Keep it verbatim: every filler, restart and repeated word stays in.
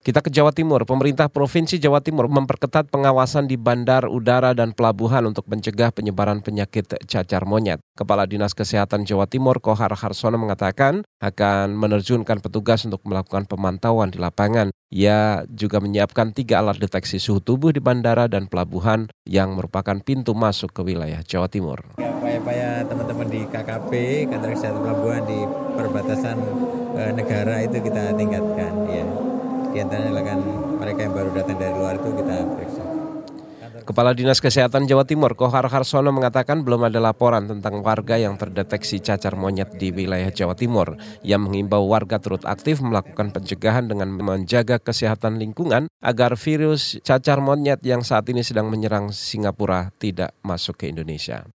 Kita ke Jawa Timur. Pemerintah Provinsi Jawa Timur memperketat pengawasan di bandar, udara, dan pelabuhan untuk mencegah penyebaran penyakit cacar monyet. Kepala Dinas Kesehatan Jawa Timur, Kohar Harsono, mengatakan akan menerjunkan petugas untuk melakukan pemantauan di lapangan. Ia juga menyiapkan tiga alat deteksi suhu tubuh di bandara dan pelabuhan yang merupakan pintu masuk ke wilayah Jawa Timur. Upaya-upaya teman-teman di K K P, Kantor Kesehatan Pelabuhan di perbatasan e, negara itu kita tingkatkan. Ya. Di antaranya akan mereka yang baru datang dari luar itu kita periksa. Kepala Dinas Kesehatan Jawa Timur, Kohar Harsono, mengatakan belum ada laporan tentang warga yang terdeteksi cacar monyet di wilayah Jawa Timur. Ia mengimbau warga turut aktif melakukan pencegahan dengan menjaga kesehatan lingkungan agar virus cacar monyet yang saat ini sedang menyerang Singapura tidak masuk ke Indonesia.